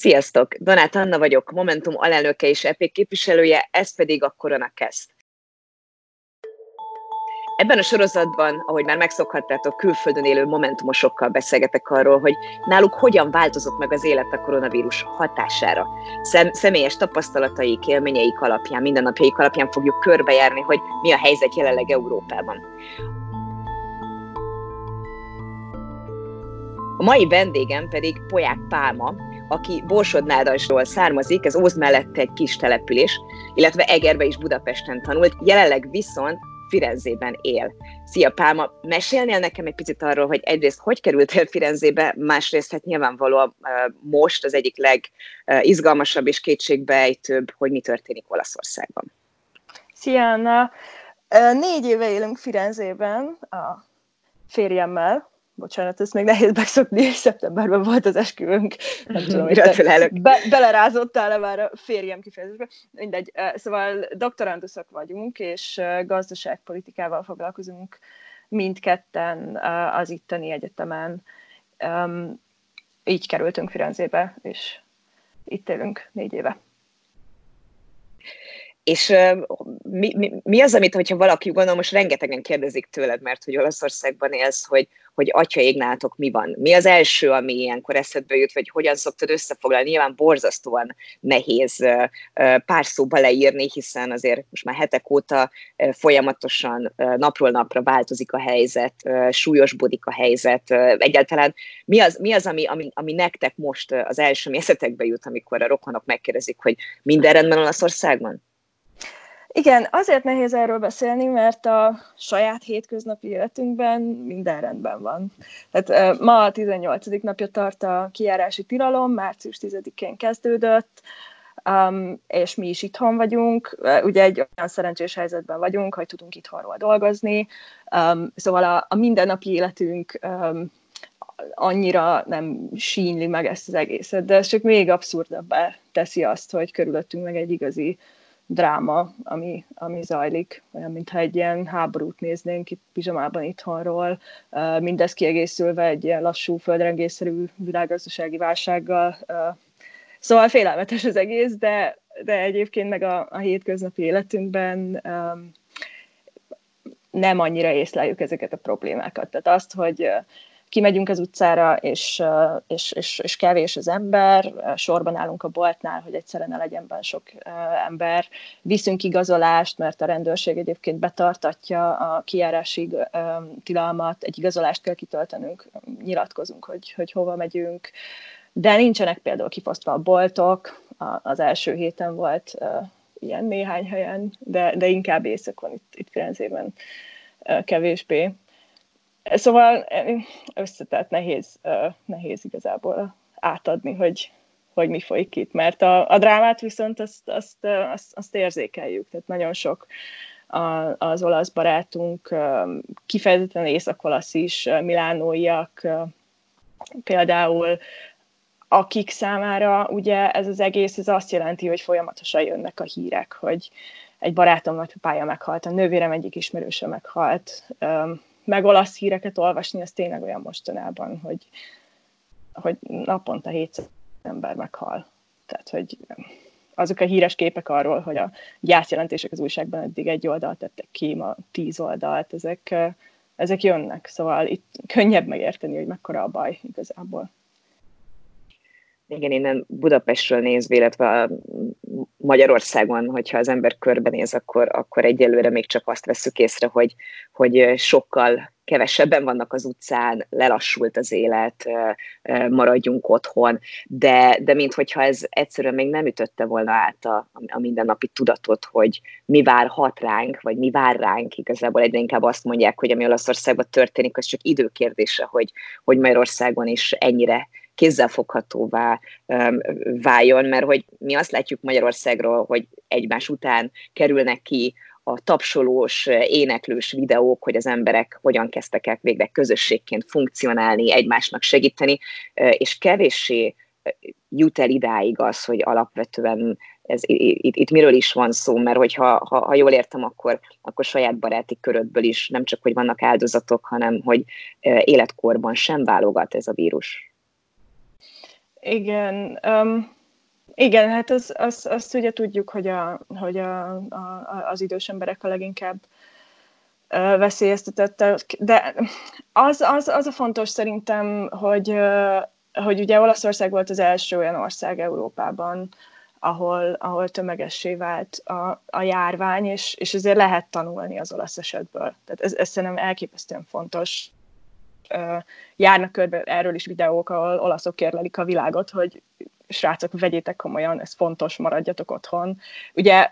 Sziasztok! Donát Anna vagyok, Momentum alelnöke és EP képviselője, ez pedig a KoronaCast. Ebben a sorozatban, ahogy már megszokhattátok, külföldön élő momentumosokkal beszélgetek arról, hogy náluk hogyan változott meg az élet a koronavírus hatására. Személyes tapasztalataik, élményeik alapján, mindennapjaik alapján fogjuk körbejárni, hogy mi a helyzet jelenleg Európában. A mai vendégem pedig Poják Pálma, aki Borsod-Nádasról származik, ez Ózd mellett egy kis település, illetve Egerbe is Budapesten tanult, jelenleg viszont Firenzében él. Szia Pálma, mesélnél nekem egy picit arról, hogy egyrészt hogy kerültél Firenzébe, másrészt hát nyilvánvalóan most az egyik legizgalmasabb és kétségbeejtőbb, hogy mi történik Olaszországban. Szia Anna! 4 éve élünk Firenzében a férjemmel. Bocsánat, ezt még nehéz megszokni, szeptemberben volt az esküvőnk. Nem tudom, hogy belerázottál-e már a férjem kifejezésbe. Mindegy. Szóval doktoranduszok vagyunk, és gazdaságpolitikával foglalkozunk mindketten az itteni egyetemen. Így kerültünk Firenzébe, és itt élünk 4 éve. És mi az, amit, hogyha valaki, gondolom, most rengetegen kérdezik tőled, mert hogy Olaszországban élsz, hogy atya ég nálatok mi van? Mi az első, ami ilyenkor eszedbe jut, vagy hogyan szoktad összefoglalni? Nyilván borzasztóan nehéz pár szóba leírni, hiszen azért most már hetek óta folyamatosan napról napra változik a helyzet, súlyosbodik a helyzet. Egyáltalán mi az ami nektek most az első, ami eszetekbe jut, amikor a rokonok megkérdezik, hogy minden rendben Olaszországban? Igen, azért nehéz erről beszélni, mert a saját hétköznapi életünkben minden rendben van. Tehát ma a 18. napja tart a kijárási tilalom, március 10-én kezdődött, és mi is itthon vagyunk. Ugye egy olyan szerencsés helyzetben vagyunk, hogy tudunk itthonról dolgozni, szóval a mindennapi életünk annyira nem sínli meg ezt az egészet, de ez csak még abszurdabbá teszi azt, hogy körülöttünk meg egy igazi dráma, ami zajlik, olyan, mintha egy ilyen háborút néznénk itt pizsamában itthonról, mindez kiegészülve egy ilyen lassú, földrengésszerű világgazdasági válsággal. Szóval félelmetes az egész, de egyébként meg a hétköznapi életünkben nem annyira észleljük ezeket a problémákat. Tehát azt, hogy kimegyünk az utcára, és kevés az ember, sorban állunk a boltnál, hogy egyszerűen ne legyen benne sok ember. Viszünk igazolást, mert a rendőrség egyébként betartatja a kijárási tilalmat, egy igazolást kell kitöltenünk, nyilatkozunk, hogy hova megyünk, de nincsenek például kifosztva a boltok, az első héten volt ilyen néhány helyen, de inkább éjszakon itt Firenzében kevésbé. Szóval összetett, nehéz igazából átadni, hogy mi folyik itt, mert a drámát viszont azt érzékeljük, tehát nagyon sok az olasz barátunk, kifejezetten észak-olasz is, milánóiak például, akik számára ugye ez az egész ez azt jelenti, hogy folyamatosan jönnek a hírek, hogy egy barátom nagypapája meghalt, a nővérem egyik ismerőse meghalt, meg olasz híreket olvasni, az tényleg olyan mostanában, hogy naponta 700 ember meghal. Tehát, hogy azok a híres képek arról, hogy a gyászjelentések az újságban eddig 1 oldalt tettek ki, ma 10 oldalt, ezek jönnek. Szóval itt könnyebb megérteni, hogy mekkora a baj igazából. Igen, innen Budapestről nézve, illetve Magyarországon, hogyha az ember körbenéz, akkor egyelőre még csak azt vesszük észre, hogy sokkal kevesebben vannak az utcán, lelassult az élet, maradjunk otthon, de minthogyha ez egyszerűen még nem ütötte volna át a mindennapi tudatot, hogy mi várhat ránk, vagy mi vár ránk. Igazából egyre inkább azt mondják, hogy ami Olaszországban történik, az csak időkérdése, hogy Magyarországon is ennyire kézzelfoghatóvá váljon, mert hogy mi azt látjuk Magyarországról, hogy egymás után kerülnek ki a tapsolós, éneklős videók, hogy az emberek hogyan kezdtek el végre közösségként funkcionálni, egymásnak segíteni, és kevéssé jut el idáig az, hogy alapvetően itt miről is van szó, mert hogyha jól értem, akkor saját baráti körödből is nem csak, hogy vannak áldozatok, hanem hogy életkorban sem válogat ez a vírus. Igen, igen, hát azt ugye tudjuk, hogy az idős emberek a leginkább veszélyeztetett, de az a fontos szerintem, hogy ugye Olaszország volt az első olyan ország Európában, ahol tömegessé vált a járvány, és ezért lehet tanulni az olasz esetből. Tehát ez szerintem elképesztően fontos. Járnak körbe erről is videók, ahol olaszok kérlelik a világot, hogy srácok, vegyétek komolyan, ez fontos, maradjatok otthon. Ugye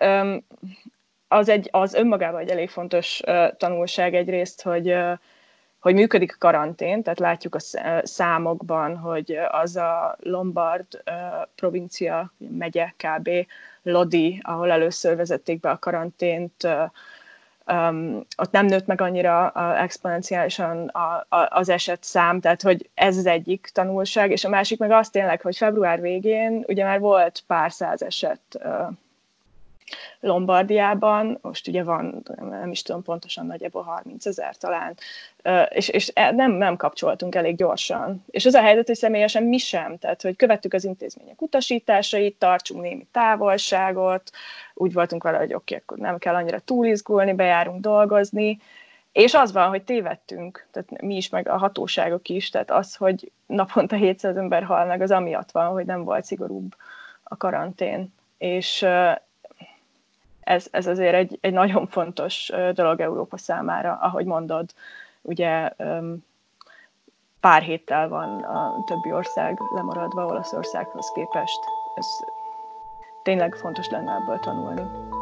az önmagában egy elég fontos tanulság egyrészt, hogy működik a karantén, tehát látjuk a számokban, hogy az a Lombard provincia, megye kb. Lodi, ahol először vezették be a karantént, ott nem nőtt meg annyira exponenciálisan az esetszám, tehát hogy ez az egyik tanulság, és a másik meg az tényleg, hogy február végén ugye már volt pár száz eset Lombardiában, most ugye van, nem is tudom pontosan, nagyjából 30 000 talán, és nem kapcsoltunk elég gyorsan. És az a helyzet, hogy személyesen mi sem, tehát hogy követtük az intézmények utasításait, tartsunk némi távolságot, úgy voltunk vele, hogy oké, akkor nem kell annyira túlizgulni, bejárunk dolgozni, és az van, hogy tévedtünk, tehát mi is, meg a hatóságok is, tehát az, hogy naponta 700 ember hal meg, az amiatt van, hogy nem volt szigorúbb a karantén. És ez azért egy nagyon fontos dolog Európa számára, ahogy mondod, ugye pár héttel van a többi ország lemaradva Olaszországhoz képest. Ez tényleg fontos lenne ebből tanulni.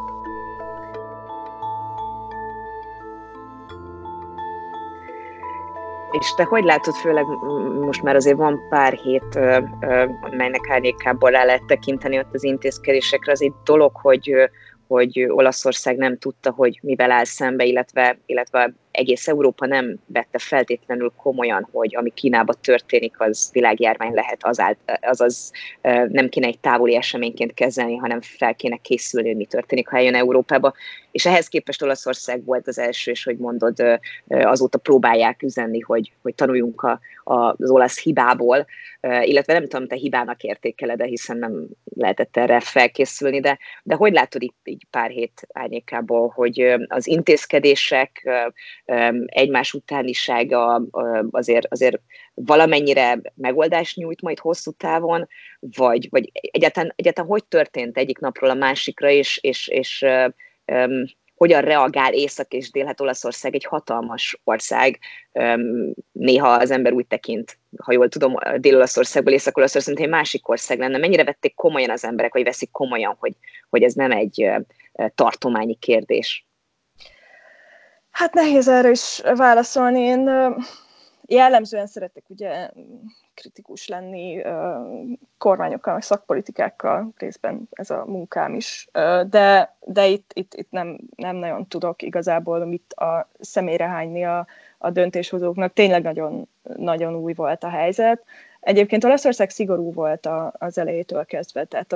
És te hogy látod, főleg most már azért van pár hét, melynek árnyékából rá lehet tekinteni ott az intézkedésekre, az egy dolog, hogy Olaszország nem tudta, hogy mivel áll szembe, illetve egész Európa nem vette feltétlenül komolyan, hogy ami Kínában történik, az világjárvány lehet, azaz nem kéne egy távoli eseményként kezelni, hanem fel kéne készülni, hogy mi történik, ha eljön Európába. És ehhez képest Olaszország volt az első, és hogy mondod, azóta próbálják üzenni, hogy tanuljunk az olasz hibából, illetve nem tudom, te hibának értékeled, de hiszen nem lehetett erre felkészülni, de hogy látod itt így pár hét árnyékából, hogy az intézkedések egymás utánisága azért valamennyire megoldást nyújt majd hosszú távon, vagy egyáltalán hogy történt egyik napról a másikra, és hogyan reagál Észak- és Dél-Olaszország, egy hatalmas ország. Néha az ember úgy tekint, ha jól tudom, Dél-Olaszországból Észak-Olaszország, mint egy másik ország lenne. Mennyire vették komolyan az emberek, vagy veszik komolyan, hogy ez nem egy tartományi kérdés? Hát nehéz erre is válaszolni. Én jellemzően szeretek ugye kritikus lenni kormányokkal, meg szakpolitikákkal, részben ez a munkám is, de itt nem nagyon tudok igazából mit a személyre hányni a döntéshozóknak. Tényleg nagyon, nagyon új volt a helyzet. Egyébként Olaszország szigorú volt az elejétől kezdve, tehát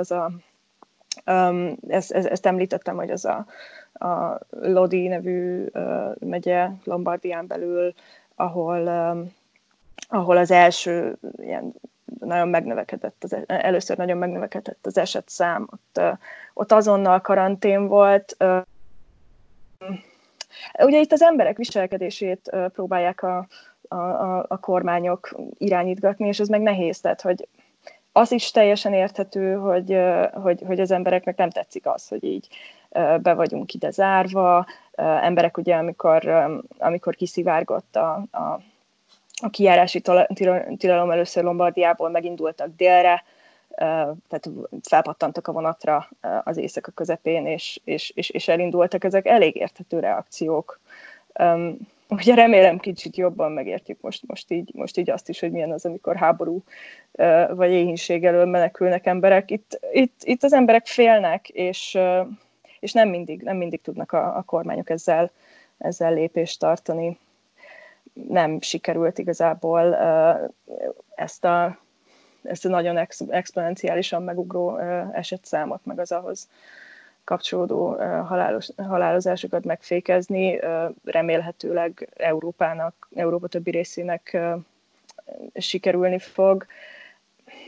ezt említettem, hogy az a Lodi nevű megye Lombardián belül, ahol az első ilyen nagyon megnövekedett, először nagyon megnövekedett az esetszám, ott azonnal karantén volt. Ugye itt az emberek viselkedését próbálják a kormányok irányítgatni, és ez meg nehéz, tehát hogy az is teljesen érthető, hogy az embereknek nem tetszik az, hogy így be vagyunk ide zárva. Emberek ugye, amikor kiszivárgott a kijárási tilalom először Lombardiából, megindultak délre, tehát felpattantak a vonatra az éjszaka közepén, és elindultak. Ezek elég érthető reakciók. Ugye remélem kicsit jobban megértjük most így azt is, hogy milyen az, amikor háború vagy éhínség elől menekülnek emberek. Itt az emberek félnek, és nem mindig tudnak a kormányok ezzel lépést tartani. Nem sikerült igazából ezt a nagyon exponenciálisan megugró esetszámot, meg az ahhoz kapcsolódó halálozásokat megfékezni. Remélhetőleg Európa többi részének sikerülni fog.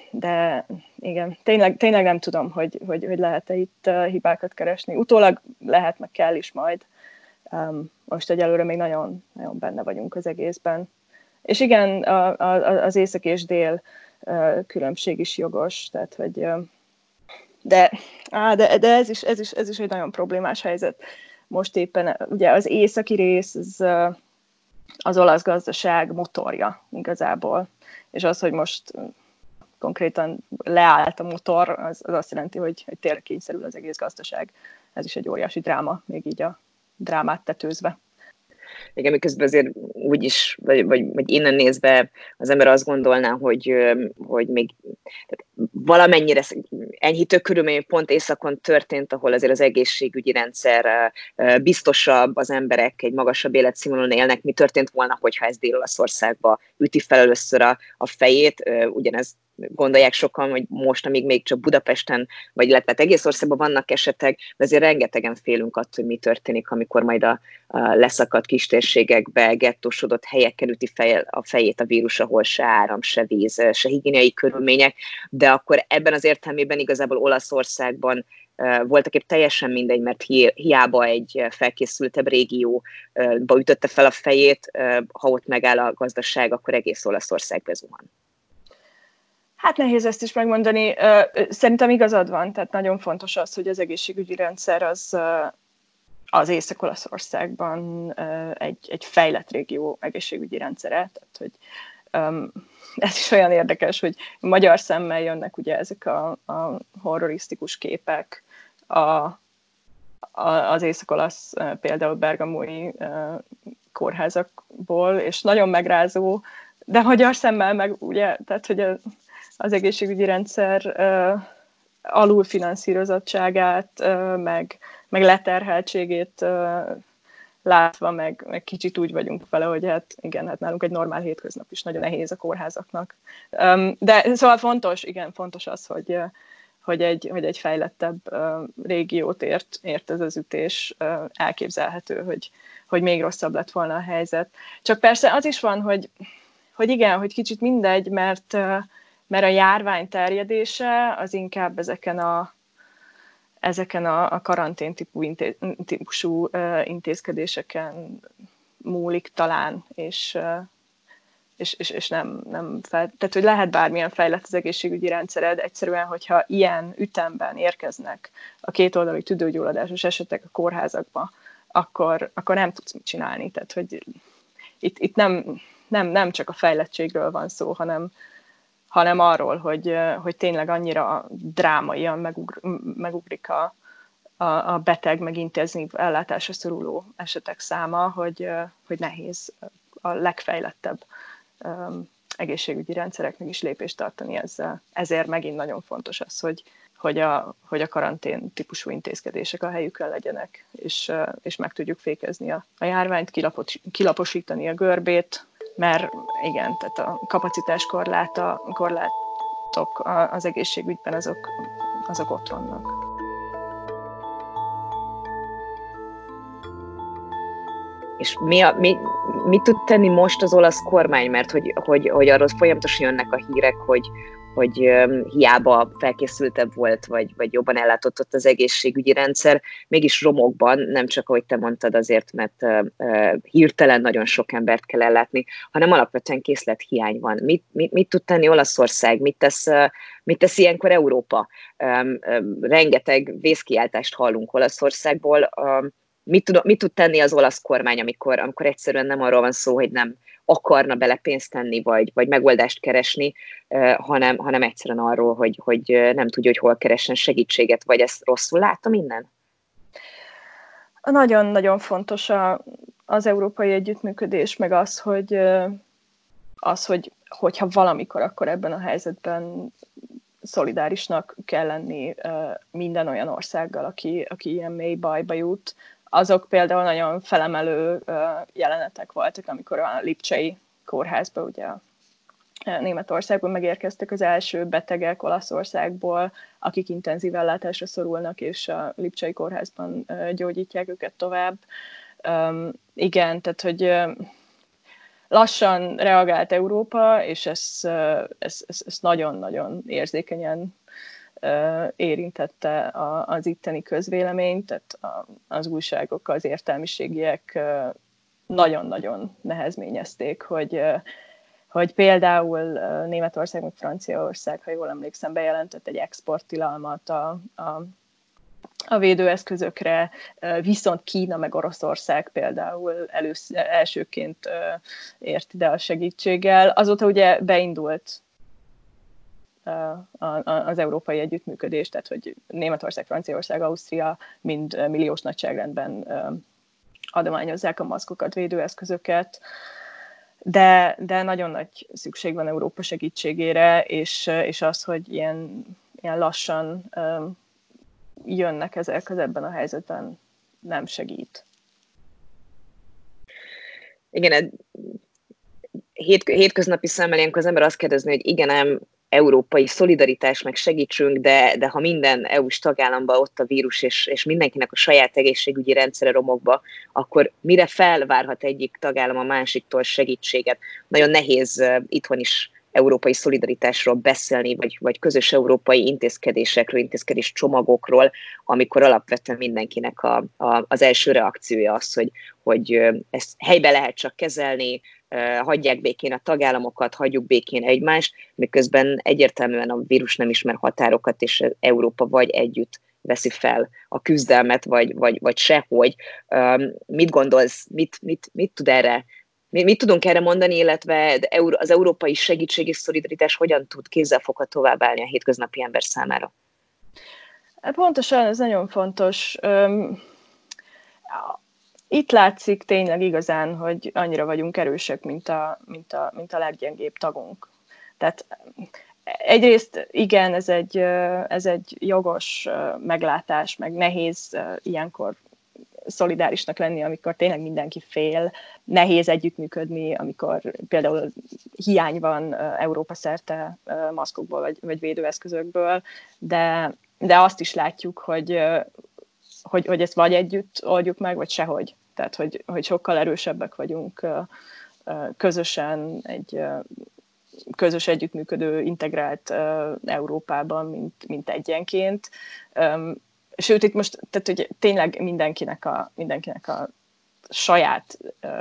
de igen, tényleg nem tudom, hogy lehet-e itt hibákat keresni. Utólag lehet, meg kell is majd. Most egyelőre még nagyon, nagyon benne vagyunk az egészben. És igen, az észak és dél különbség is jogos, tehát hogy de ez is egy nagyon problémás helyzet. Most éppen ugye az északi rész az olasz gazdaság motorja igazából, és az, hogy most konkrétan leállt a motor, az azt jelenti, hogy tényleg kényszerül az egész gazdaság. Ez is egy óriási dráma, még így a drámát tetőzve. Igen, miközben azért úgy is, vagy innen nézve az ember azt gondolná, hogy még tehát valamennyire enyhítő körülmény pont északon történt, ahol azért az egészségügyi rendszer biztosabb, az emberek egy magasabb életszínvonalon élnek. Mi történt volna, hogyha ez Dél-Olaszországba üti fel először a fejét? Ugyanez gondolják sokan, hogy most, amíg még csak Budapesten, vagy illetve egész országban vannak esetek, de azért rengetegen félünk attól, hogy mi történik, amikor majd a leszakadt kistérségekbe, gettósodott helyeken üti a fejét a vírus, ahol se áram, se víz, se higiéniai körülmények, de akkor ebben az értelmében igazából Olaszországban voltak épp teljesen mindegy, mert hiába egy felkészültebb régióba ütötte fel a fejét, ha ott megáll a gazdaság, akkor egész Olaszország bezuhan. Hát nehéz ezt is megmondani. Szerintem igazad van, tehát nagyon fontos az, hogy az egészségügyi rendszer az Észak-Olaszországban egy fejlett régió egészségügyi rendszere. Tehát, hogy ez is olyan érdekes, hogy magyar szemmel jönnek ugye ezek a horrorisztikus képek az észak-olasz, például bergamói kórházakból, és nagyon megrázó, de magyar szemmel meg ugye, tehát hogy az egészségügyi rendszer alulfinanszírozottságát, meg leterheltségét látva, meg kicsit úgy vagyunk vele, hogy hát nálunk egy normál hétköznap is nagyon nehéz a kórházaknak. De szóval fontos az, hogy egy fejlettebb régiót ért ez az ütés, elképzelhető, hogy még rosszabb lett volna a helyzet. Csak persze az is van, hogy igen, hogy kicsit mindegy, mert a járvány terjedése az inkább ezeken a karantén típusú intézkedéseken múlik talán, és nem tehát, hogy lehet bármilyen fejlett az egészségügyi rendszered, egyszerűen, hogyha ilyen ütemben érkeznek a kétoldalú tüdőgyulladásos esetek a kórházakba, akkor nem tudsz mit csinálni. Tehát, hogy itt nem csak a fejlettségről van szó, hanem arról, hogy tényleg annyira drámaian megugrik a beteg, meg intenzív ellátásra szoruló esetek száma, hogy nehéz a legfejlettebb egészségügyi rendszereknek is lépést tartani ezzel. Ezért megint nagyon fontos az, hogy a karantén típusú intézkedések a helyükön legyenek, és meg tudjuk fékezni a járványt, kilaposítani a görbét, mert igen, tehát a kapacitáskorlátok az egészségügyben azok ott vannak. És mit tud tenni most az olasz kormány? Mert hogy arról folyamatosan jönnek a hírek, hogy hiába felkészültebb volt, vagy jobban ellátott ott az egészségügyi rendszer, mégis romokban, nem csak ahogy te mondtad azért, mert hirtelen nagyon sok embert kell ellátni, hanem alapvetően készlethiány van. Mit tud tenni Olaszország? Mit tesz ilyenkor Európa? Rengeteg vészkiáltást hallunk Olaszországból. Mit tud tenni az olasz kormány, amikor egyszerűen nem arról van szó, hogy nem akarna bele pénzt tenni, vagy megoldást keresni, hanem egyszerűen arról, hogy nem tudja, hogy hol keressen segítséget, vagy ezt rosszul látom innen? Nagyon-nagyon fontos az európai együttműködés, meg hogyha valamikor, akkor ebben a helyzetben szolidárisnak kell lenni minden olyan országgal, aki ilyen mély bajba jut. Azok például nagyon felemelő jelenetek voltak, amikor a Lipcsei kórházba, ugye Németországban megérkeztek az első betegek Olaszországból, akik intenzív ellátásra szorulnak, és a Lipcsei kórházban gyógyítják őket tovább. Igen, tehát hogy lassan reagált Európa, és ez nagyon-nagyon érzékenyen érintette az itteni közvéleményt, tehát az újságok, az értelmiségiek nagyon-nagyon nehezményezték, hogy például Németország meg Franciaország, ha jól emlékszem, bejelentett egy exporttilalmat a védőeszközökre, viszont Kína meg Oroszország például elsőként ért ide a segítséggel. Azóta ugye beindult az európai együttműködés, tehát hogy Németország, Franciaország, Ausztria mind milliós nagyságrendben adományozzák a maszkokat, védőeszközöket, de nagyon nagy szükség van Európa segítségére, és az, hogy ilyen lassan jönnek ezek az ebben a helyzetben, nem segít. Igen, hétköznapi szemmel ilyenkor az ember azt kérdezni, hogy igen, ám európai szolidaritás, meg segítsünk, de ha minden EU-s tagállamban ott a vírus, és mindenkinek a saját egészségügyi rendszere romokba, akkor mire felvárhat egyik tagállam a másiktól segítséget? Nagyon nehéz itthon is európai szolidaritásról beszélni, vagy közös európai intézkedésekről, intézkedés csomagokról, amikor alapvetően mindenkinek az első reakciója az, hogy ezt helyben lehet csak kezelni, hagyják békén a tagállamokat, hagyjuk békén egymást, miközben egyértelműen a vírus nem ismer határokat, és Európa vagy együtt veszi fel a küzdelmet, vagy sehogy. Mit gondolsz, mit tud erre? Mit tudunk erre mondani, illetve az európai segítség és szolidaritás hogyan tud kézzelfoghatóvá válni a hétköznapi ember számára? Pontosan, ez nagyon fontos. Itt látszik tényleg igazán, hogy annyira vagyunk erősek, mint a leggyengébb tagunk. Tehát egyrészt igen, ez egy jogos meglátás, meg nehéz ilyenkor szolidárisnak lenni, amikor tényleg mindenki fél, nehéz együttműködni, amikor például hiány van Európa szerte maszkokból vagy védőeszközökből, de azt is látjuk, hogy ezt vagy együtt oldjuk meg, vagy sehogy. Tehát, hogy sokkal erősebbek vagyunk közösen egy közös együttműködő, integrált Európában, mint egyenként. Sőt, itt most tehát, hogy tényleg mindenkinek a saját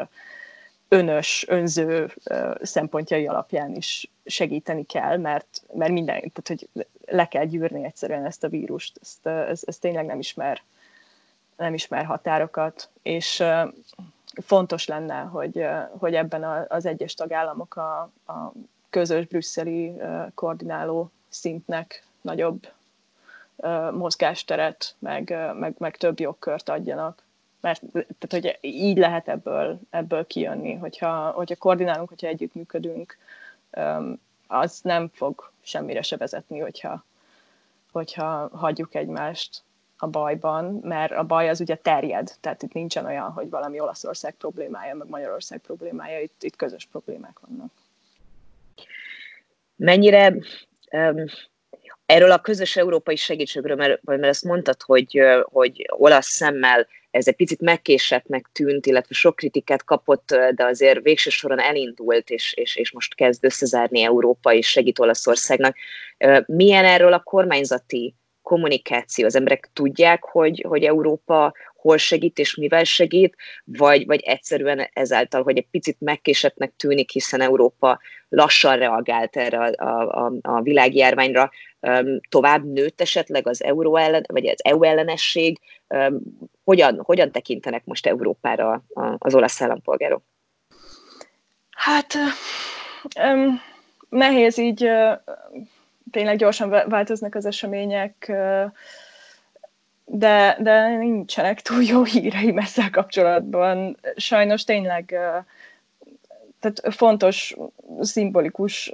önző szempontjai alapján is segíteni kell, mert tehát, hogy le kell gyűrni egyszerűen ezt a vírust. Ez tényleg nem ismer határokat, és fontos lenne, hogy ebben az egyes tagállamok a közös brüsszeli koordináló szintnek nagyobb mozgásteret, meg több jogkört adjanak. Mert tehát, hogy így lehet ebből kijönni, hogyha koordinálunk, hogyha együttműködünk, az nem fog semmire se vezetni, hogyha hagyjuk egymást a bajban, mert a baj az ugye terjed, tehát itt nincsen olyan, hogy valami Olaszország problémája, meg Magyarország problémája, itt közös problémák vannak. Mennyire erről a közös európai segítségről, mert ezt mondtad, hogy olasz szemmel ez egy picit megkésettnek tűnt, illetve sok kritikát kapott, de azért végső soron elindult, és most kezd összezárni Európa, és segít Olaszországnak. Milyen erről a kormányzati kommunikáció? Az emberek tudják, hogy Európa hol segít és mivel segít, vagy egyszerűen ezáltal, hogy egy picit megkésettnek tűnik, hiszen Európa lassan reagált erre a világjárványra, tovább nőtt esetleg az euró ellen, vagy az EU ellenesség? Hogyan tekintenek most Európára az olasz állampolgárok? Hát nehéz így, tényleg gyorsan változnak az események, de nincsenek túl jó híreim ezzel kapcsolatban. Sajnos tényleg tehát fontos, szimbolikus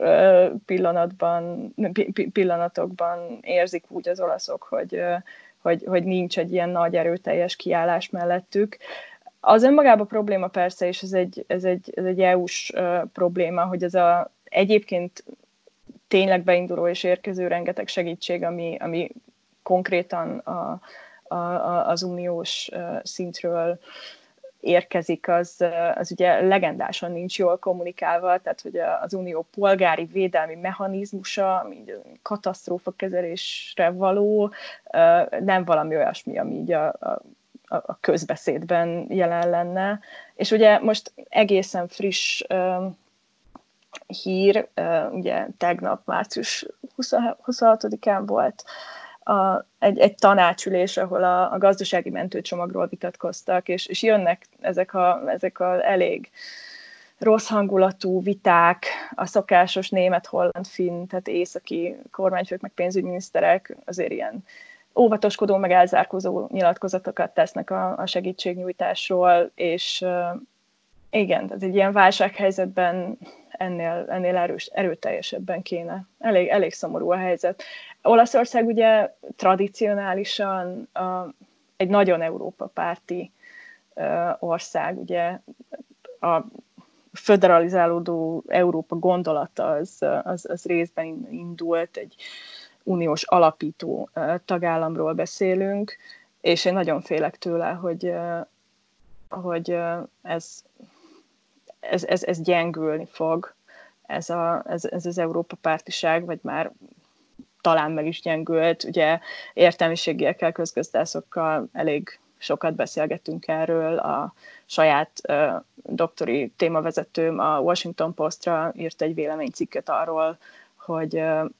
pillanatokban érzik úgy az olaszok, hogy nincs egy ilyen nagy erőteljes kiállás mellettük. Az önmagában probléma persze, és ez egy EU-s probléma, hogy ez egyébként tényleg beinduló és érkező rengeteg segítség, ami konkrétan az uniós szintről érkezik, az ugye legendásan nincs jól kommunikálva, tehát hogy az unió polgári védelmi mechanizmusa, ami katasztrófakezelésre való, nem valami olyasmi, ami így a közbeszédben jelen lenne. És ugye most egészen friss hír, ugye tegnap március 26-án volt egy tanácsülés, ahol a gazdasági mentőcsomagról vitatkoztak, és jönnek ezek a elég rossz hangulatú viták, a szokásos német, holland, finn, tehát északi kormányfők, meg pénzügyminiszterek azért ilyen óvatoskodó, meg elzárkózó nyilatkozatokat tesznek a segítségnyújtásról, és igen, tehát egy ilyen válsághelyzetben ennél erőteljesebben kéne. Elég szomorú a helyzet. Olaszország ugye tradicionálisan egy nagyon Európa párti ország, ugye a föderalizálódó Európa gondolata az részben indult, egy uniós alapító tagállamról beszélünk, és én nagyon félek tőle, hogy ez gyengülni fog, ez az Európa pártiság, vagy már talán meg is gyengült. Ugye értelmiségiekkel, közgazdászokkal elég sokat beszélgettünk erről. A saját doktori témavezetőm a Washington Postra írt egy véleménycikket arról, hogy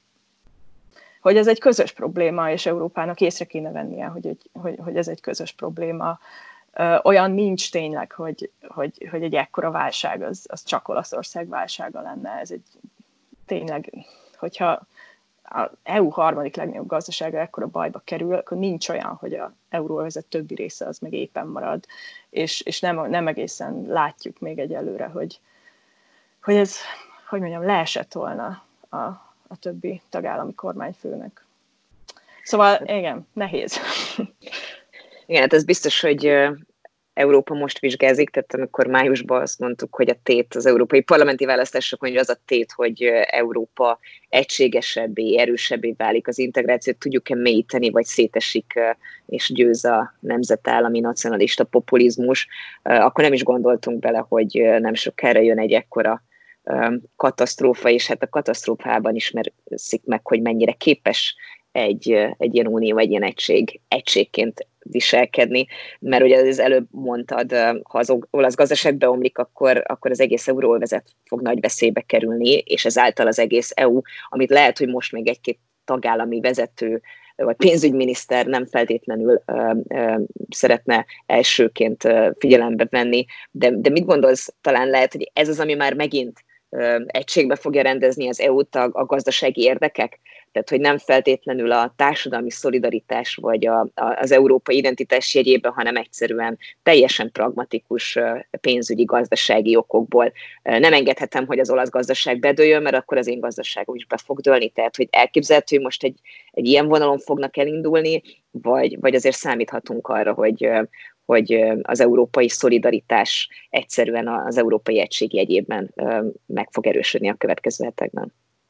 ez egy közös probléma, és Európának észre kéne vennie, hogy ez egy közös probléma. Olyan nincs tényleg, hogy egy ekkora válság, az csak Olaszország válsága lenne. Ez egy tényleg, hogyha az EU harmadik legnagyobb gazdasága ekkora bajba kerül, akkor nincs olyan, hogy az euróövezet többi része az meg éppen marad, és nem egészen látjuk még egyelőre, hogy ez, hogy mondjam, leesett volna a többi tagállami kormányfőnek. Szóval igen, nehéz. Igen, hát ez biztos, hogy Európa most vizsgázik, tehát amikor májusban azt mondtuk, hogy a tét az európai parlamenti választásokon, hogy az a tét, hogy Európa egységesebbé, erősebbé válik, az integrációt tudjuk-e mélyíteni, vagy szétesik és győz a nemzetállami nacionalista populizmus, akkor nem is gondoltunk bele, hogy nem sokára jön egy ekkora katasztrófa, és hát a katasztrófában ismerszik meg, hogy mennyire képes egy ilyen unió, egy ilyen egységként viselkedni, mert ugye az előbb mondtad, ha az olasz gazdaság beomlik, akkor az egész euróövezet fog nagy veszélybe kerülni, és ezáltal az egész EU, amit lehet, hogy most még egy-két tagállami vezető vagy pénzügyminiszter nem feltétlenül szeretne elsőként figyelembe venni, de mit gondolsz, talán lehet, hogy ez az, ami már megint egységbe fogja rendezni az EU-t a gazdasági érdekek? Tehát, hogy nem feltétlenül a társadalmi szolidaritás vagy az európai identitás jegyében, hanem egyszerűen teljesen pragmatikus pénzügyi, gazdasági okokból. Nem engedhetem, hogy az olasz gazdaság bedőljön, mert akkor az én gazdaságom is be fog dőlni. Tehát, hogy elképzelhető, hogy most egy ilyen vonalon fognak elindulni, vagy azért számíthatunk arra, hogy az európai szolidaritás egyszerűen az európai egység jegyében meg fog erősödni a következő hetekben.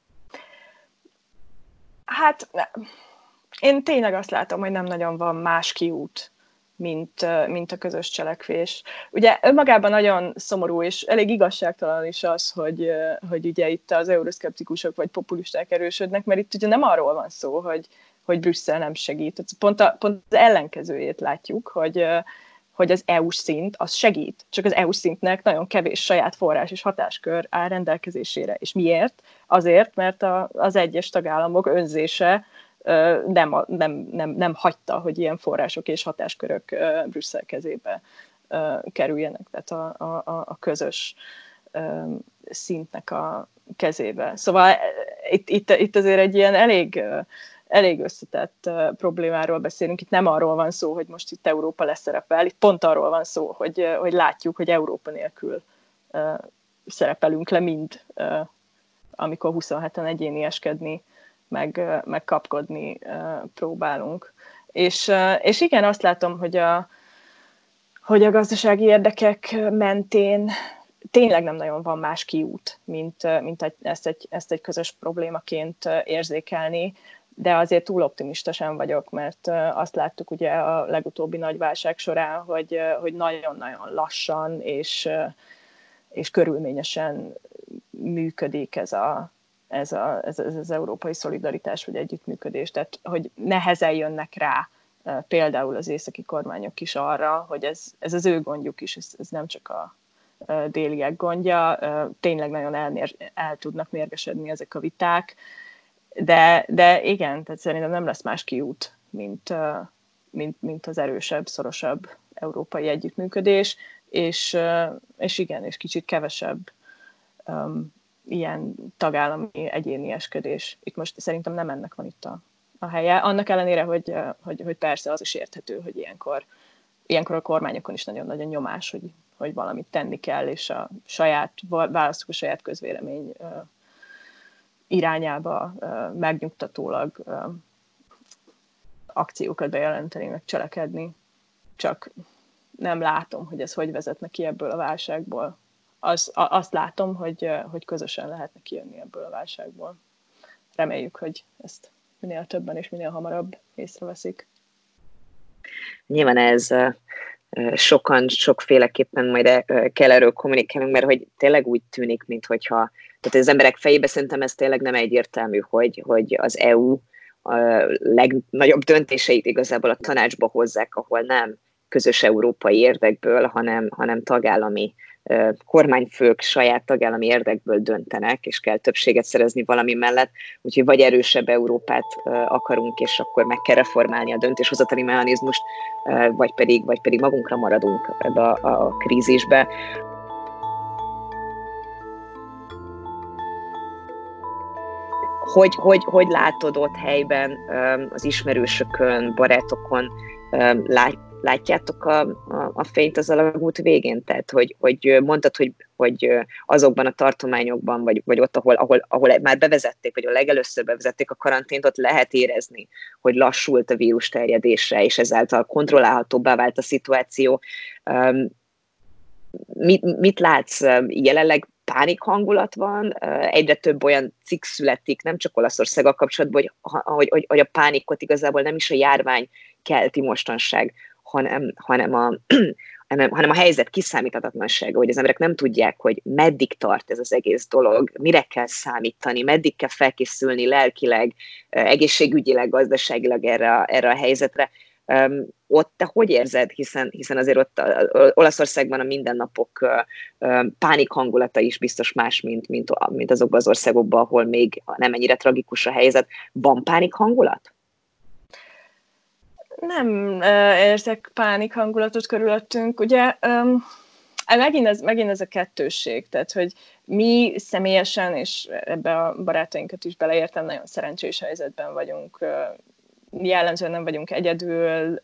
Hát én tényleg azt látom, hogy nem nagyon van más kiút, mint a közös cselekvés. Ugye önmagában nagyon szomorú és elég igazságtalan is az, hogy ugye itt az euroszkeptikusok vagy populisták erősödnek, mert itt ugye nem arról van szó, hogy Brüsszel nem segít. Pont az ellenkezőjét látjuk, hogy az EU-s szint az segít, csak az EU-s szintnek nagyon kevés saját forrás és hatáskör áll rendelkezésére. És miért? Azért, mert az egyes tagállamok önzése nem hagyta, hogy ilyen források és hatáskörök Brüsszel kezébe kerüljenek, tehát a közös szintnek a kezébe. Szóval itt azért egy ilyen elég összetett problémáról beszélünk. Itt nem arról van szó, hogy most itt Európa leszerepel, itt pont arról van szó, hogy látjuk, hogy Európa nélkül szerepelünk le mind, amikor 27-en egyénieskedni, meg kapkodni próbálunk. És igen, azt látom, hogy a gazdasági érdekek mentén tényleg nem nagyon van más kiút, mint ezt egy közös problémaként érzékelni. de azért túl optimista sem vagyok, mert azt láttuk ugye a legutóbbi nagy válság során, hogy nagyon-nagyon lassan és körülményesen működik ez az európai szolidaritás vagy együttműködés. Tehát, hogy nehezen jönnek rá például az északi kormányok is arra, hogy ez az ő gondjuk is, ez nem csak a déliek gondja, tényleg nagyon el tudnak mérgesedni ezek a viták, de igen, tehát szerintem nem lesz más kiút, mint az erősebb, szorosabb európai együttműködés, és igen, és kicsit kevesebb ilyen tagállami egyénieskedés. Itt most szerintem nem ennek van itt a helye. Annak ellenére, hogy persze az is érthető, hogy ilyenkor a kormányokon is nagyon nagy a nyomás, hogy valamit tenni kell, és a saját választók, a saját közvélemény irányába megnyugtatólag akciókat bejelenteni, meg cselekedni. Csak nem látom, hogy ez hogy vezetne ki ebből a válságból. Azt látom, hogy közösen lehetne kijönni ebből a válságból. Reméljük, hogy ezt minél többen és minél hamarabb észreveszik. Nyilván ez sokan, sokféleképpen majd kell erről kommunikálnunk, mert hogy tényleg úgy tűnik, minthogyha, tehát az emberek fejébe szerintem ez tényleg nem egyértelmű, hogy az EU a legnagyobb döntéseit igazából a tanácsba hozzák, ahol nem közös európai érdekből, hanem tagállami kormányfők saját tagállami érdekből döntenek, és kell többséget szerezni valami mellett, úgyhogy vagy erősebb Európát akarunk, és akkor meg kell reformálni a döntéshozatali mechanizmust, vagy pedig magunkra maradunk ebbe a krízisbe. Hogy látod ott helyben az ismerősökön, barátokon, látjátok a fényt az alagút végén? Tehát, hogy mondtad, hogy azokban a tartományokban, vagy ott, ahol már bevezették, vagy a legelőször bevezették a karantént, ott lehet érezni, hogy lassult a vírus terjedése, és ezáltal kontrollálhatóbbá vált a szituáció. Mit látsz? Jelenleg pánik hangulat van, egyre több olyan cikk születik, nem csak Olaszországgal kapcsolatban, hogy a pánikot igazából nem is a járvány kelti mostanság, hanem a helyzet kiszámíthatatlansága, hogy az emberek nem tudják, hogy meddig tart ez az egész dolog, mire kell számítani, meddig kell felkészülni lelkileg, egészségügyileg, gazdaságilag erre a helyzetre. Ott te hogy érzed, hiszen azért ott Olaszországban a mindennapok pánik hangulata is biztos más, mint azokban az országokban, ahol még nem ennyire tragikus a helyzet. Van pánik hangulat? Nem érzek pánik hangulatot körülöttünk. Ugye megint ez a kettősség, tehát hogy mi személyesen, és ebbe a barátainkat is beleértem, nagyon szerencsés helyzetben vagyunk, jellemzően nem vagyunk egyedül,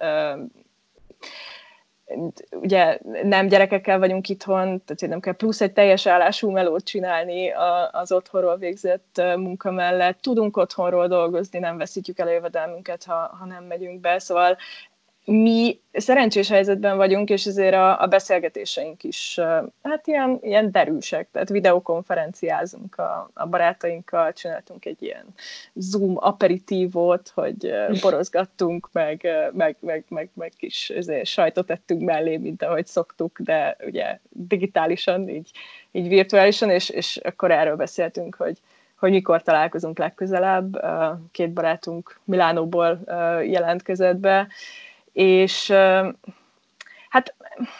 ugye nem gyerekekkel vagyunk itthon, tehát nem kell plusz egy teljes állású melót csinálni az otthonról végzett munka mellett. Tudunk otthonról dolgozni, nem veszítjük el a jövedelmünket, ha nem megyünk be. Szóval mi szerencsés helyzetben vagyunk, és ezért a beszélgetéseink is hát ilyen derűsek, tehát videokonferenciázunk a barátainkkal, csináltunk egy ilyen Zoom aperitívot, hogy borozgattunk, meg kis sajtot ettünk mellé, mint ahogy szoktuk, de ugye digitálisan, így virtuálisan, és akkor erről beszéltünk, hogy mikor találkozunk legközelebb. Két barátunk Milánóból jelentkezett be, és hát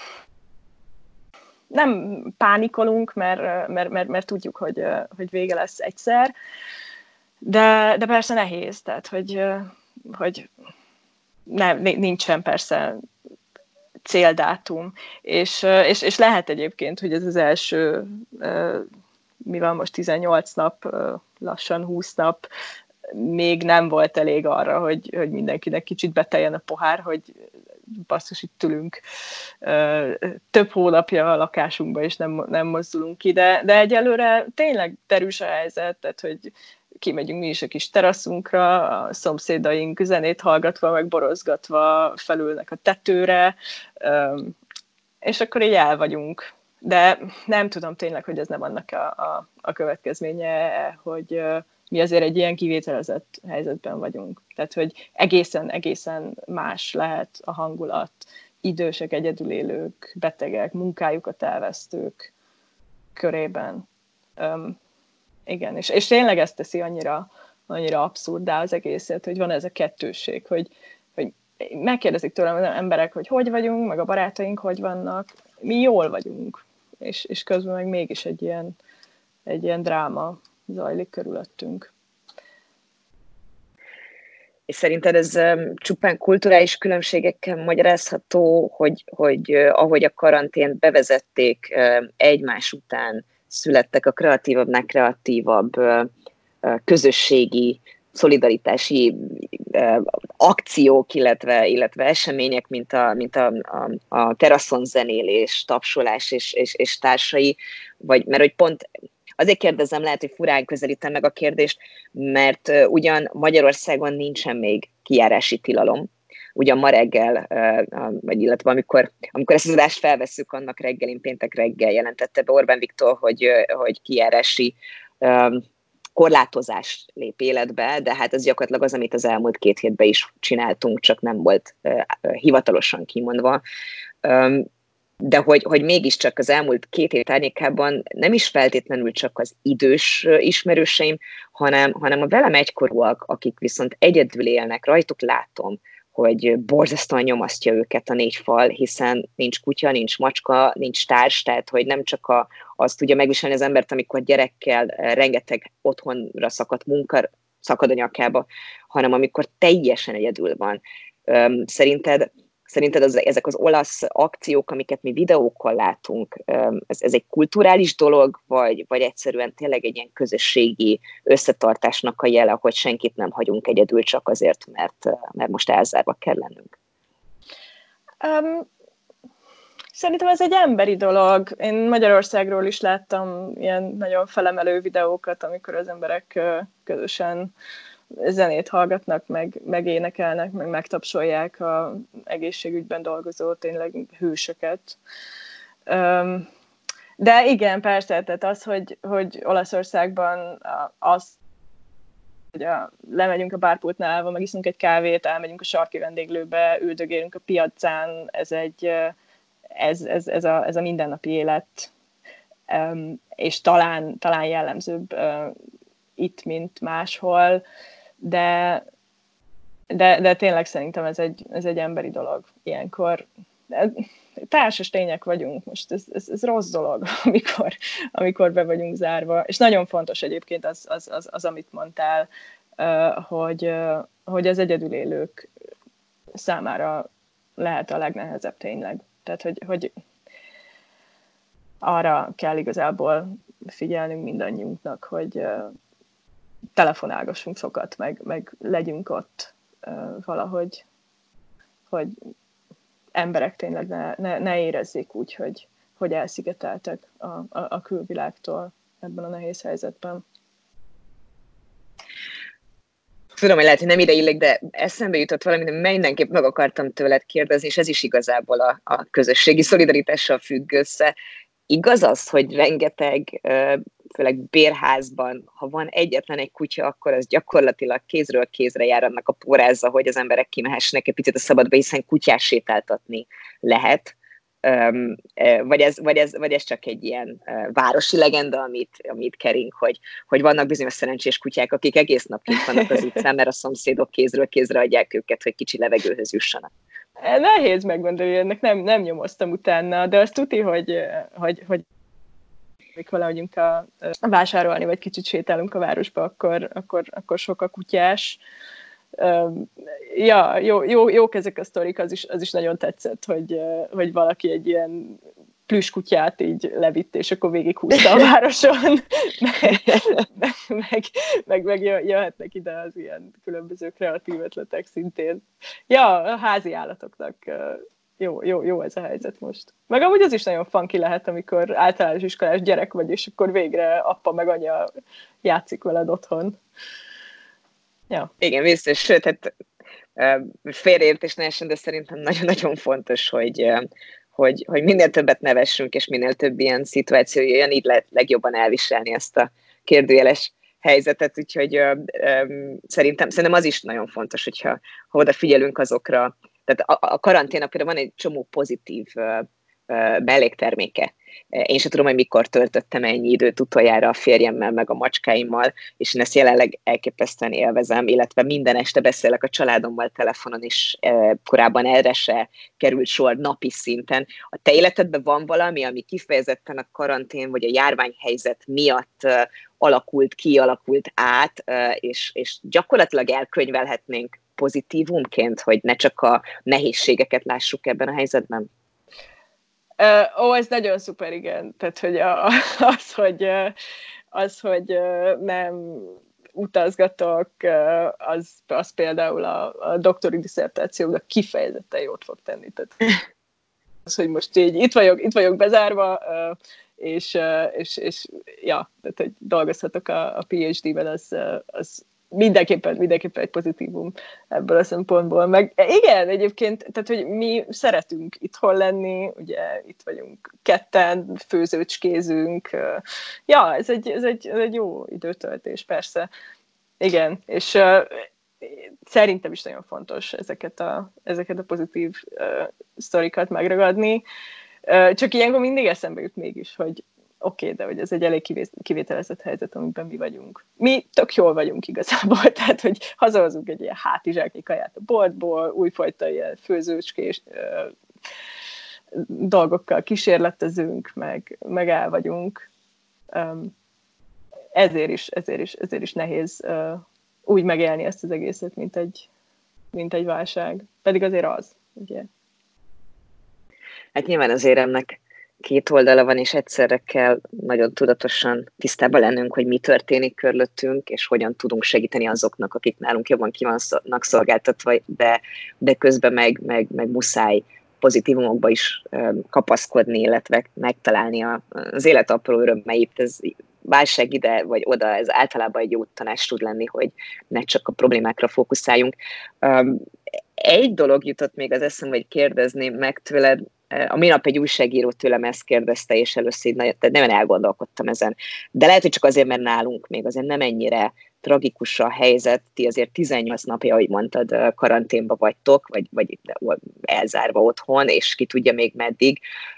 nem pánikolunk, mert tudjuk, hogy vége lesz egyszer, de persze nehéz, tehát hogy nincsen persze céldátum, és lehet egyébként, hogy ez az első, mi van most 18 nap, lassan 20 nap, még nem volt elég arra, hogy mindenkinek kicsit beteljen a pohár, hogy basszus, itt ülünk több hónapja a lakásunkba, és nem mozdulunk ki, de egyelőre tényleg derűs a helyzet, tehát hogy kimegyünk mi is a kis teraszunkra, a szomszédaink zenét hallgatva, meg borozgatva felülnek a tetőre, és akkor így el vagyunk. De nem tudom tényleg, hogy ez nem annak a következménye, hogy mi azért egy ilyen kivételezett helyzetben vagyunk. Tehát, hogy egészen más lehet a hangulat, idősek, egyedülélők, betegek, munkájukat elvesztők körében. Igen, és tényleg ezt teszi annyira abszurdá az egészet, hogy van ez a kettősség, hogy megkérdezik tőlem az emberek, hogy vagyunk, meg a barátaink hogy vannak, mi jól vagyunk, és közben meg mégis egy ilyen dráma zajlik körülöttünk. És szerinted ez csupán kulturális különbségekkel magyarázható, hogy ahogy a karantént bevezették, egymás után születtek a kreatívabbnál kreatívabb közösségi, szolidaritási akciók, illetve események, mint a teraszon zenélés, tapsolás és társai, mert hogy pont azért kérdezem, lehet, hogy furán közelítem meg a kérdést, mert ugyan Magyarországon nincsen még kijárási tilalom. Ugyan ma reggel, illetve amikor ezt az adást felvesszük, annak reggelén, péntek reggel jelentette be Orbán Viktor, hogy kijárási korlátozás lép életbe, de hát ez gyakorlatilag az, amit az elmúlt 2 hétben is csináltunk, csak nem volt hivatalosan kimondva. De hogy mégiscsak az elmúlt 2 hét árnyékában nem is feltétlenül csak az idős ismerőseim, hanem a velem egykorúak, akik viszont egyedül élnek, rajtuk látom, hogy borzasztóan nyomasztja őket a 4 fal, hiszen nincs kutya, nincs macska, nincs társ, tehát hogy nem csak azt tudja megviselni az embert, amikor gyerekkel rengeteg otthonra szakadt munka szakad a nyakába, hanem amikor teljesen egyedül van. Szerinted ezek az olasz akciók, amiket mi videókkal látunk, ez egy kulturális dolog, vagy egyszerűen tényleg egy ilyen közösségi összetartásnak a jele, hogy senkit nem hagyunk egyedül csak azért, mert most elzárva kell lennünk? Szerintem ez egy emberi dolog. Én Magyarországról is láttam ilyen nagyon felemelő videókat, amikor az emberek közösen zenét hallgatnak, meg énekelnek, meg megtapsolják az egészségügyben dolgozó tényleg hősöket. De igen, persze, tehát az, hogy Olaszországban az, hogy lemegyünk a bárpultnál állva, megiszunk egy kávét, elmegyünk a sarki vendéglőbe, üldögélünk a piacán, ez a mindennapi élet, és talán jellemzőbb itt, mint máshol, de tényleg szerintem ez egy emberi dolog ilyenkor. Társas lények vagyunk, most ez rossz dolog, amikor be vagyunk zárva, és nagyon fontos egyébként az amit mondtál, hogy az egyedülélők számára lehet a legnehezebb tényleg. Tehát, hogy arra kell igazából figyelnünk mindannyiunknak, hogy telefonálgassunk sokat, meg legyünk ott valahogy, hogy emberek tényleg ne érezzék úgy, hogy elszigeteltek a külvilágtól ebben a nehéz helyzetben. Tudom, hogy lehet, hogy nem ide illik, de eszembe jutott valami, de mindenképp meg akartam tőled kérdezni, és ez is igazából a közösségi szolidaritással függ össze. Igaz az, hogy rengeteg, főleg bérházban, ha van egyetlen egy kutya, akkor az gyakorlatilag kézről kézre jár annak a pórázza, hogy az emberek kimehessenek egy picit a szabadba, hiszen kutyás sétáltatni lehet. Vagy ez csak egy ilyen városi legenda, amit kering, hogy vannak bizonyos szerencsés kutyák, akik egész nap kint vannak az utcán, mert a szomszédok kézről kézre adják őket, hogy kicsi levegőhöz jussanak. Nehéz megmondani, ennek nem nyomoztam utána, de azt tuti, hogy amikor lehegyünk vásárolni, vagy kicsit sétálunk a városba, akkor sok a kutyás. Ja, jók ezek a sztorik, az is nagyon tetszett, hogy valaki egy ilyen plüsskutyát így levitt, és akkor végighúzta a városon, meg jöhetnek ide az ilyen különböző kreatív ötletek szintén. Ja, a házi állatoknak jó ez a helyzet most. Meg amúgy az is nagyon funky lehet, amikor általános iskolás gyerek vagy, és akkor végre apa meg anya játszik veled otthon. Ja. Igen, biztos, sőt, hát félreértés ne essen, de szerintem nagyon-nagyon fontos, hogy minél többet nevessünk, és minél több ilyen szituáció jöjjön, így lehet legjobban elviselni ezt a kérdőjeles helyzetet, úgyhogy szerintem az is nagyon fontos, hogyha odafigyelünk azokra. Tehát a karanténnak például van egy csomó pozitív mellékterméke. Én sem tudom, hogy mikor töltöttem ennyi időt utoljára a férjemmel, meg a macskáimmal, és én ezt jelenleg elképesztően élvezem, illetve minden este beszélek a családommal telefonon is, korábban erre se került sor napi szinten. A te életedben van valami, ami kifejezetten a karantén vagy a járványhelyzet miatt alakult át, és gyakorlatilag elkönyvelhetnénk pozitívumként, hogy ne csak a nehézségeket lássuk ebben a helyzetben? Ez nagyon szuper, igen. Tehát, hogy az, hogy nem utazgatok, az például a doktori disszertációmnak kifejezetten jót fog tenni. Tehát az, hogy most így itt vagyok bezárva, és ja, tehát, hogy dolgozhatok a PhD-ben, az mindenképpen egy pozitívum ebből a szempontból. Meg igen, egyébként, tehát, hogy mi szeretünk itthon lenni, ugye itt vagyunk ketten, főzőcskézünk. Ja, ez egy jó időtöltés, persze. Igen, és szerintem is nagyon fontos ezeket a pozitív sztorikat megragadni. Csak ilyenkor mindig eszembe jut mégis, hogy oké, de hogy ez egy elég kivételezett helyzet, amiben mi vagyunk. Mi tök jól vagyunk igazából, tehát, hogy hazahozunk egy ilyen hátizsáknyi kaját a boltból, újfajta ilyen főzőcskés dolgokkal kísérletezünk, meg el vagyunk. Ezért is nehéz úgy megélni ezt az egészet, mint egy válság. Pedig azért az, ugye? Hát nyilván az éremnek két oldala van, és egyszerre kell nagyon tudatosan tisztában lennünk, hogy mi történik körülöttünk, és hogyan tudunk segíteni azoknak, akik nálunk jobban ki vannak szolgáltatva, de közben meg muszáj pozitívumokba is kapaszkodni, illetve megtalálni az élet apró örömeit. Ez válság ide vagy oda, ez általában egy jó tanács tud lenni, hogy ne csak a problémákra fókuszáljunk. Egy dolog jutott még az eszembe, hogy kérdezném meg tőled. A minap egy újságíró tőlem ezt kérdezte, és először nagyon elgondolkodtam ezen. De lehet, hogy csak azért, mert nálunk még azért nem ennyire tragikus a helyzet. Ti azért 18 napja, ahogy mondtad, karanténba vagytok, vagy elzárva otthon, és ki tudja még meddig.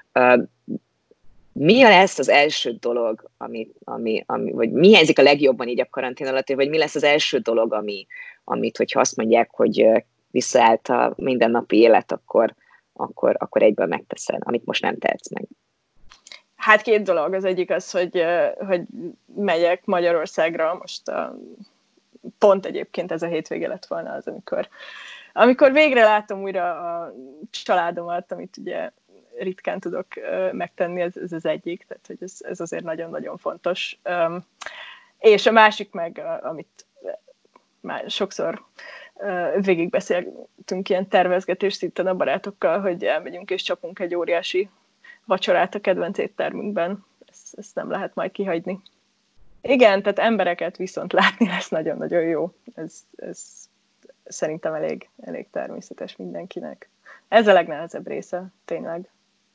Mi lesz az első dolog, vagy mi hiányzik a legjobban így a karantén alatt, vagy mi lesz az első dolog, amit, hogyha azt mondják, hogy visszaállt a mindennapi élet, akkor egyből megteszed, amit most nem tehetsz meg? Hát két dolog. Az egyik az, hogy megyek Magyarországra. Most pont egyébként ez a hétvége lett volna az, amikor végre látom újra a családomat, amit ugye ritkán tudok megtenni, ez az egyik. Tehát, hogy ez azért nagyon-nagyon fontos. És a másik meg, amit már sokszor végigbeszéltünk ilyen tervezgetés szinten a barátokkal, hogy elmegyünk és csapunk egy óriási vacsorát a kedvenc éttermünkben. Ezt nem lehet majd kihagyni. Igen, tehát embereket viszont látni lesz nagyon-nagyon jó. Ez szerintem elég természetes mindenkinek. Ez a legnehezebb része, tényleg.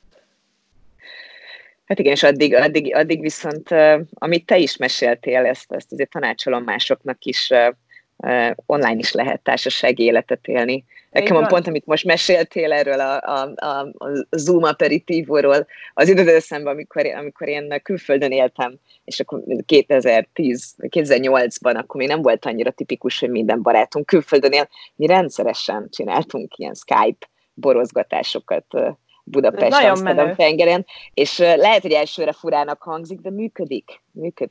Hát igen, és addig viszont, amit te is meséltél, ezt azért tanácsolom másoknak is, online is lehet társasági életet élni. Nekem van pont, amit most meséltél erről a Zoom aperitívóról, az időt eszembe, amikor én külföldön éltem, és akkor 2008-ban akkor még nem volt annyira tipikus, hogy minden barátunk külföldön él. Mi rendszeresen csináltunk ilyen Skype borozgatásokat Budapesten, Amsterdam-tengeren, és lehet, hogy elsőre furának hangzik, de működik.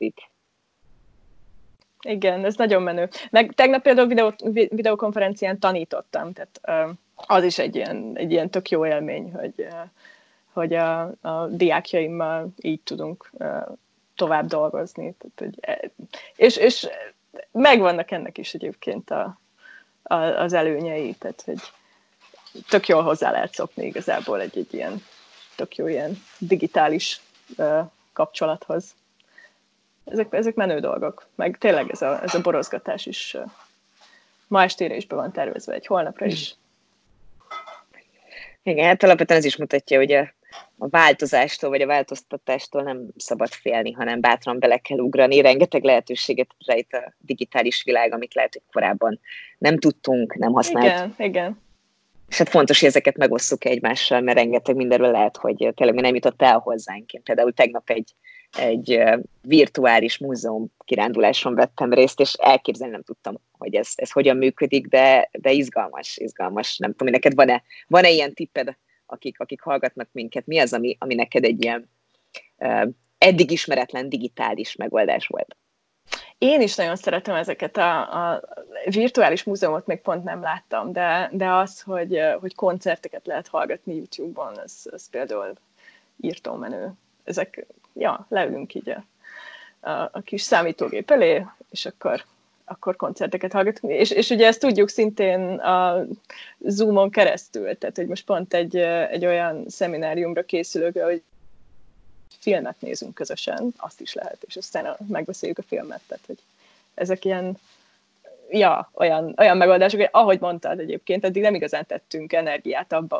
Igen, ez nagyon menő. Meg tegnap például videokonferencián tanítottam, tehát az is egy ilyen tök jó élmény, hogy a diákjaimmal így tudunk tovább dolgozni. Tehát, és megvannak ennek is egyébként az előnyei, tehát hogy tök jól hozzá lehet szokni igazából egy ilyen tök jó ilyen digitális kapcsolathoz. Ezek menő dolgok. Meg tényleg ez a borozgatás is ma estére is be van tervezve, egy holnapra is. Igen, hát alapvetően ez is mutatja, hogy a változástól, vagy a változtatástól nem szabad félni, hanem bátran bele kell ugrani. Rengeteg lehetőséget rejt a digitális világ, amit lehet, hogy korábban nem tudtunk, nem használtunk. Igen. És hát fontos, hogy ezeket megosszuk egymással, mert rengeteg mindenről lehet, hogy tényleg nem jutott el hozzánk. Én például tegnap egy virtuális múzeum kiránduláson vettem részt, és elképzelni nem tudtam, hogy ez hogyan működik, de izgalmas. Nem tudom, hogy neked van-e ilyen tipped, akik hallgatnak minket? Mi az, ami neked egy ilyen eddig ismeretlen digitális megoldás volt? Én is nagyon szeretem ezeket a virtuális múzeumot, még pont nem láttam, de az, hogy koncerteket lehet hallgatni YouTube-on, ez például írtó menő. Ezek, leülünk így a kis számítógép elé, és akkor koncerteket hallgatunk. És ugye ezt tudjuk szintén a Zoom-on keresztül, tehát hogy most pont egy olyan szemináriumra készülök, hogy filmet nézünk közösen, azt is lehet, és aztán megbeszéljük a filmet, tehát hogy ezek ilyen, olyan megoldások, hogy ahogy mondtad egyébként, eddig nem igazán tettünk energiát abba,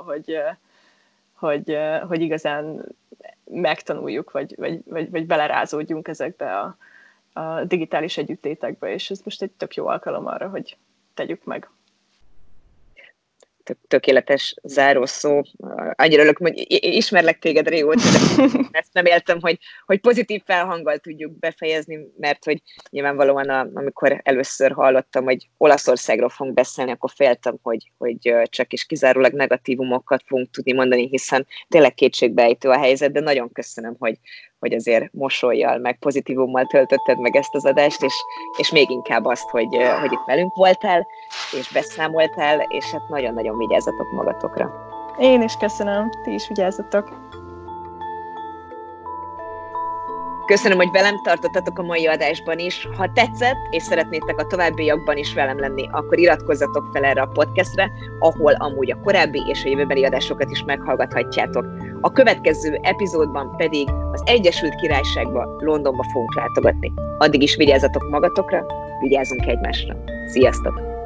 hogy igazán megtanuljuk, vagy belerázódjunk ezekbe a digitális együttétekbe, és ez most egy tök jó alkalom arra, hogy tegyük meg. Tökéletes zárószó. Annyira örülök, hogy ismerlek téged régóta, de ezt nem éltem, hogy pozitív felhanggal tudjuk befejezni, mert hogy nyilvánvalóan amikor először hallottam, hogy Olaszországról fogunk beszélni, akkor féltem, hogy csak és kizárólag negatívumokat fogunk tudni mondani, hiszen tényleg kétségbeejtő a helyzet, de nagyon köszönöm, hogy azért mosollyal, meg pozitívummal töltötted meg ezt az adást, és még inkább azt, hogy itt velünk voltál, és beszámoltál, és hát nagyon-nagyon vigyázzatok magatokra. Én is köszönöm, ti is vigyázzatok. Köszönöm, hogy velem tartottatok a mai adásban is. Ha tetszett, és szeretnétek a továbbiakban is velem lenni, akkor iratkozzatok fel erre a podcastre, ahol amúgy a korábbi és a jövőbeli adásokat is meghallgathatjátok. A következő epizódban pedig az Egyesült Királyságba, Londonba fogunk látogatni. Addig is vigyázzatok magatokra, vigyázzunk egymásra. Sziasztok!